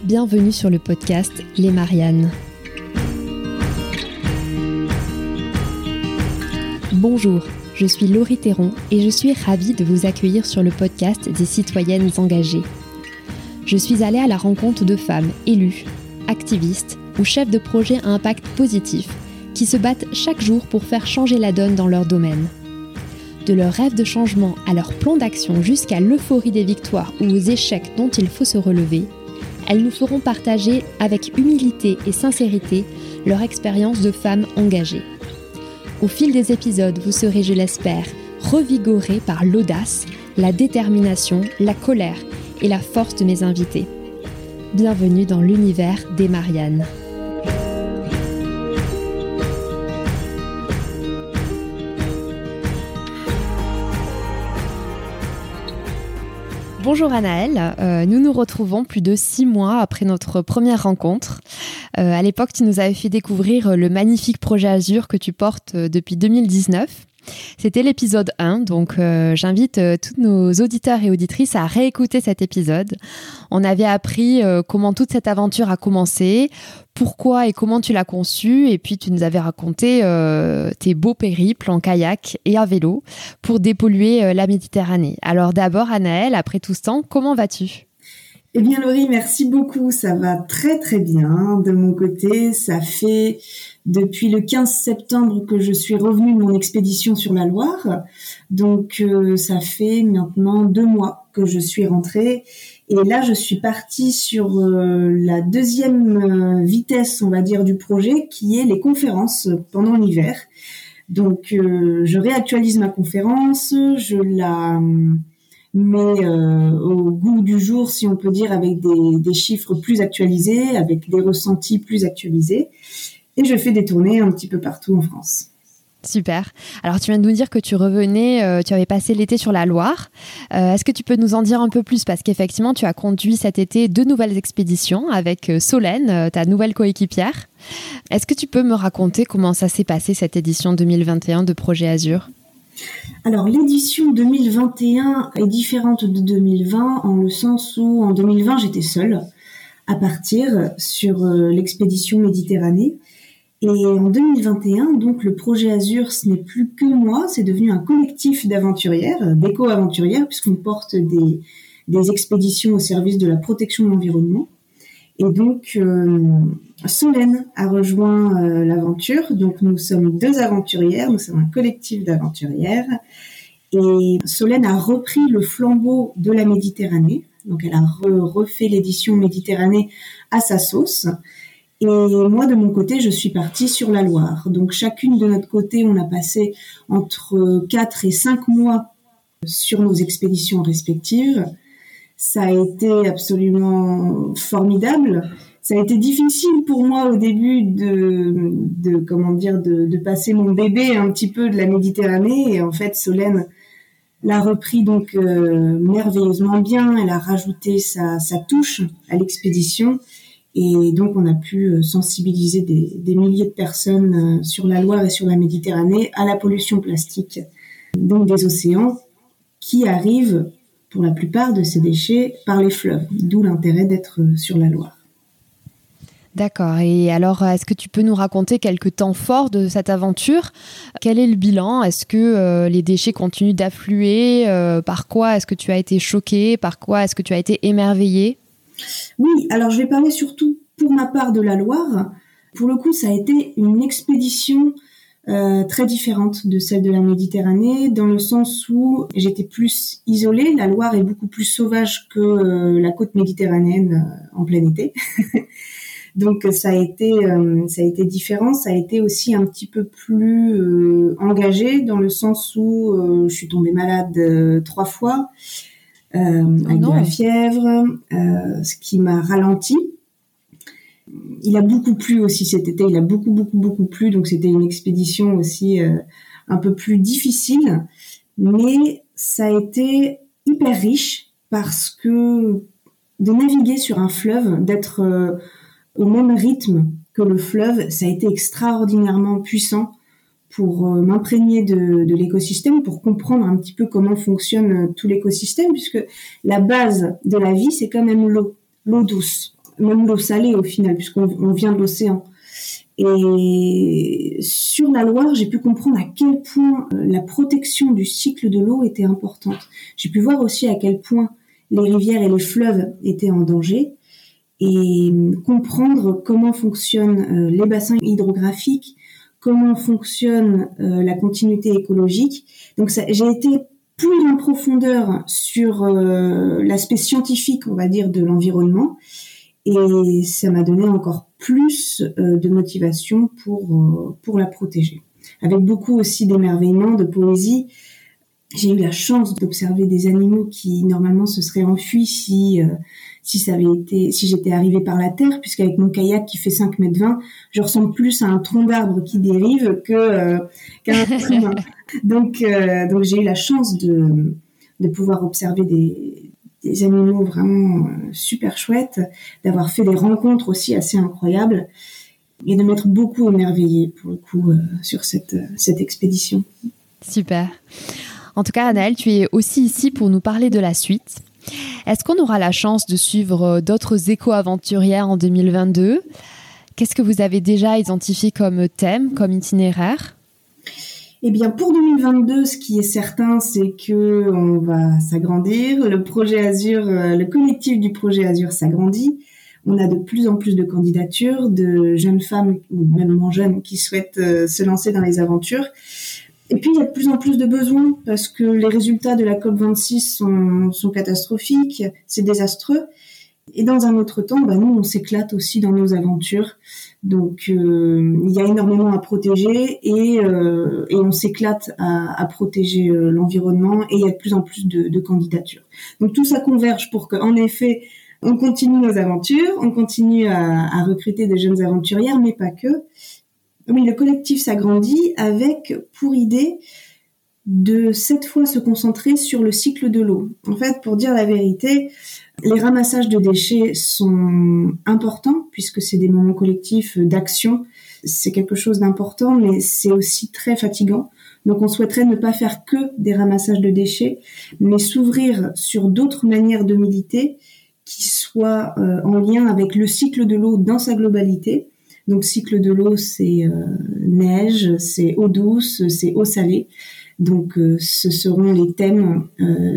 Bienvenue sur le podcast Les Mariannes. Bonjour, je suis Laurie Théron et je suis ravie de vous accueillir sur le podcast des citoyennes engagées. Je suis allée à la rencontre de femmes élues, activistes ou chefs de projets à impact positif qui se battent chaque jour pour faire changer la donne dans leur domaine. De leurs rêves de changement à leur plan d'action jusqu'à l'euphorie des victoires ou aux échecs dont il faut se relever, elles nous feront partager avec humilité et sincérité leur expérience de femmes engagées. Au fil des épisodes, vous serez, je l'espère, revigorés par l'audace, la détermination, la colère et la force de mes invités. Bienvenue dans l'univers des Mariannes. Bonjour Anaëlle, nous nous retrouvons plus de 6 mois après notre première rencontre. À l'époque, tu nous avais fait découvrir le magnifique projet Azur que tu portes depuis 2019. C'était l'épisode 1, donc j'invite tous nos auditeurs et auditrices à réécouter cet épisode. On avait appris comment toute cette aventure a commencé, pourquoi et comment tu l'as conçue, et puis tu nous avais raconté tes beaux périples en kayak et à vélo pour dépolluer la Méditerranée. Alors d'abord, Anaëlle, après tout ce temps, comment vas-tu ? Eh bien Laurie, merci beaucoup, ça va très très bien de mon côté. Ça fait depuis le 15 septembre que je suis revenue de mon expédition sur la Loire, donc ça fait maintenant 2 mois que je suis rentrée. Et là, je suis partie sur la deuxième vitesse, on va dire, du projet, qui est les conférences pendant l'hiver. Donc je réactualise ma conférence, je la mais au goût du jour, si on peut dire, avec des chiffres plus actualisés, avec des ressentis plus actualisés. Et je fais des tournées un petit peu partout en France. Super. Alors, tu viens de nous dire que tu revenais, tu avais passé l'été sur la Loire. Est-ce que tu peux nous en dire un peu plus ? Parce qu'effectivement, tu as conduit cet été 2 nouvelles expéditions avec Solène, ta nouvelle coéquipière. Est-ce que tu peux me raconter comment ça s'est passé, cette édition 2021 de Projet Azur ? Alors, l'édition 2021 est différente de 2020 en le sens où en 2020, j'étais seule à partir sur l'expédition Méditerranée. Et en 2021, donc, le projet Azur, ce n'est plus que moi, c'est devenu un collectif d'aventurières, d'éco-aventurières, puisqu'on porte des expéditions au service de la protection de l'environnement. Et donc, Solène a rejoint l'aventure. Donc, nous sommes 2 aventurières, nous sommes un collectif d'aventurières. Et Solène a repris le flambeau de la Méditerranée. Donc, elle a refait l'édition Méditerranée à sa sauce. Et moi, de mon côté, je suis partie sur la Loire. Donc, chacune de notre côté, on a passé entre 4 et 5 mois sur nos expéditions respectives. Ça a été absolument formidable. Ça a été difficile pour moi au début de passer mon bébé un petit peu de la Méditerranée. Et en fait, Solène l'a repris donc merveilleusement bien. Elle a rajouté sa touche à l'expédition. Et donc, on a pu sensibiliser des milliers de personnes sur la Loire et sur la Méditerranée à la pollution plastique, donc des océans, qui arrivent pour la plupart de ces déchets par les fleuves, d'où l'intérêt d'être sur la Loire. D'accord. Et alors, est-ce que tu peux nous raconter quelques temps forts de cette aventure ? Quel est le bilan ? Est-ce que les déchets continuent d'affluer ? Par quoi est-ce que tu as été choquée ? Par quoi est-ce que tu as été émerveillée ? Oui, alors je vais parler surtout pour ma part de la Loire. Pour le coup, ça a été une expédition très différente de celle de la Méditerranée, dans le sens où j'étais plus isolée. La Loire est beaucoup plus sauvage que la côte méditerranéenne en plein été. Donc ça a été différent. Ça a été aussi un petit peu plus engagé, dans le sens où je suis tombée malade 3 fois. Avec de la fièvre, ce qui m'a ralenti. Il a beaucoup plu aussi cet été, il a beaucoup plu, donc c'était une expédition aussi un peu plus difficile, mais ça a été hyper riche parce que de naviguer sur un fleuve, d'être au même rythme que le fleuve, ça a été extraordinairement puissant pour m'imprégner de l'écosystème, pour comprendre un petit peu comment fonctionne tout l'écosystème, puisque la base de la vie, c'est quand même l'eau douce. même l'eau salée au final, puisqu'on vient de l'océan. Et sur la Loire, j'ai pu comprendre à quel point la protection du cycle de l'eau était importante. J'ai pu voir aussi à quel point les rivières et les fleuves étaient en danger et comprendre comment fonctionnent les bassins hydrographiques, comment fonctionne la continuité écologique. Donc j'ai été plus en profondeur sur l'aspect scientifique, on va dire, de l'environnement. Et ça m'a donné encore plus de motivation pour la protéger. Avec beaucoup aussi d'émerveillement, de poésie. J'ai eu la chance d'observer des animaux qui normalement se seraient enfuis si j'étais arrivée par la terre, puisqu'avec mon kayak qui fait 5,20 m, je ressemble plus à un tronc d'arbre qui dérive qu'à un être humain. Donc j'ai eu la chance de pouvoir observer des animaux vraiment super chouettes, d'avoir fait des rencontres aussi assez incroyables et de m'être beaucoup émerveillée pour le coup sur cette expédition. Super. En tout cas, Anaëlle, tu es aussi ici pour nous parler de la suite. Est-ce qu'on aura la chance de suivre d'autres éco-aventurières en 2022 ? Qu'est-ce que vous avez déjà identifié comme thème, comme itinéraire ? Eh bien, pour 2022, ce qui est certain, c'est que on va s'agrandir. Le projet Azur, le collectif du projet Azur s'agrandit. On a de plus en plus de candidatures, de jeunes femmes ou même moins jeunes qui souhaitent se lancer dans les aventures. Et puis, il y a de plus en plus de besoins parce que les résultats de la COP26 sont catastrophiques, c'est désastreux. Et dans un autre temps, nous, on s'éclate aussi dans nos aventures. Donc, il y a énormément à protéger et on s'éclate à protéger l'environnement et il y a de plus en plus de candidatures. Donc, tout ça converge pour qu'en effet, on continue nos aventures, on continue à recruter de jeunes aventurières, mais pas que. Oui, le collectif s'agrandit avec pour idée de cette fois se concentrer sur le cycle de l'eau. En fait, pour dire la vérité, les ramassages de déchets sont importants puisque c'est des moments collectifs d'action. C'est quelque chose d'important, mais c'est aussi très fatigant. Donc, on souhaiterait ne pas faire que des ramassages de déchets, mais s'ouvrir sur d'autres manières de militer qui soient en lien avec le cycle de l'eau dans sa globalité. Donc, cycle de l'eau, c'est neige, c'est eau douce, c'est eau salée. Donc, ce seront les thèmes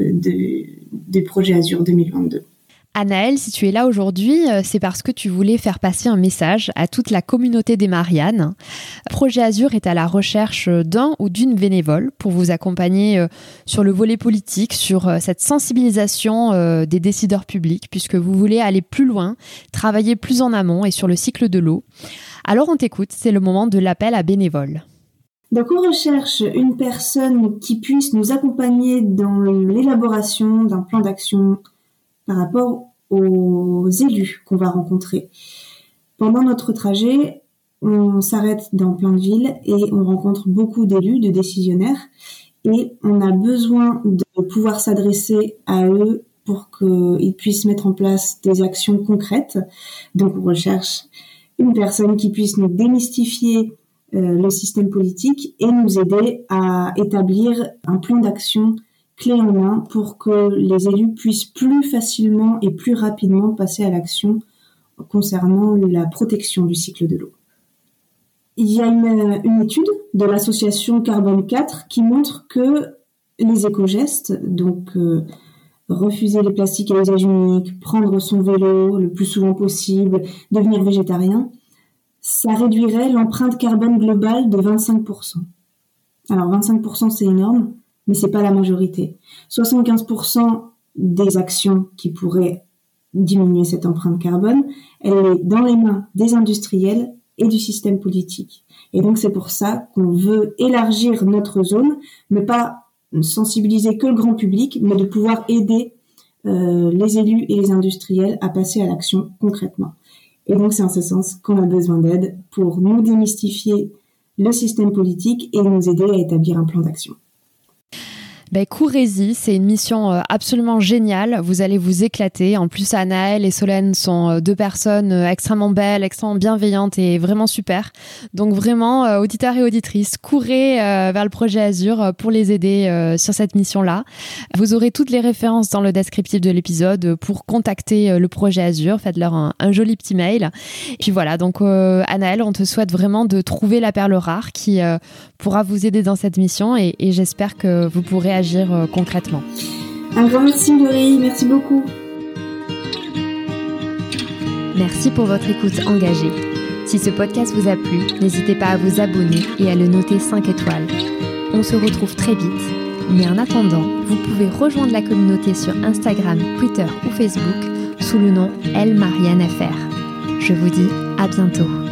des projets Azur 2022. Anaëlle, si tu es là aujourd'hui, c'est parce que tu voulais faire passer un message à toute la communauté des Mariannes. Projet Azur est à la recherche d'un ou d'une bénévole pour vous accompagner sur le volet politique, sur cette sensibilisation des décideurs publics, puisque vous voulez aller plus loin, travailler plus en amont et sur le cycle de l'eau. Alors on t'écoute, c'est le moment de l'appel à bénévoles. Donc on recherche une personne qui puisse nous accompagner dans l'élaboration d'un plan d'action par rapport aux élus qu'on va rencontrer. Pendant notre trajet, on s'arrête dans plein de villes et on rencontre beaucoup d'élus, de décisionnaires, et on a besoin de pouvoir s'adresser à eux pour qu'ils puissent mettre en place des actions concrètes. Donc on recherche une personne qui puisse nous démystifier le système politique et nous aider à établir un plan d'action clé en main pour que les élus puissent plus facilement et plus rapidement passer à l'action concernant la protection du cycle de l'eau. Il y a une étude de l'association Carbone 4 qui montre que les éco-gestes, donc refuser les plastiques à usage unique, prendre son vélo le plus souvent possible, devenir végétarien, ça réduirait l'empreinte carbone globale de 25%. Alors 25% c'est énorme, mais c'est pas la majorité. 75% des actions qui pourraient diminuer cette empreinte carbone, elle est dans les mains des industriels et du système politique. Et donc c'est pour ça qu'on veut élargir notre zone, ne pas sensibiliser que le grand public, mais de pouvoir aider les élus et les industriels à passer à l'action concrètement. Et donc c'est en ce sens qu'on a besoin d'aide pour nous démystifier le système politique et nous aider à établir un plan d'action. Courez-y, c'est une mission absolument géniale. Vous allez vous éclater. En plus, Anaëlle et Solène sont deux personnes extrêmement belles, extrêmement bienveillantes et vraiment super. Donc vraiment, auditeurs et auditrices, courez vers le projet Azur pour les aider sur cette mission-là. Vous aurez toutes les références dans le descriptif de l'épisode pour contacter le projet Azur. Faites-leur un joli petit mail. Et puis voilà, donc Anaëlle, on te souhaite vraiment de trouver la perle rare qui pourra vous aider dans cette mission et j'espère que vous pourrez agir concrètement. Un grand merci Laurie, merci beaucoup. Merci pour votre écoute engagée. Si ce podcast vous a plu, n'hésitez pas à vous abonner et à le noter 5 étoiles. On se retrouve très vite, mais en attendant, vous pouvez rejoindre la communauté sur Instagram, Twitter ou Facebook sous le nom Elle Marianne Affaires. Je vous dis à bientôt.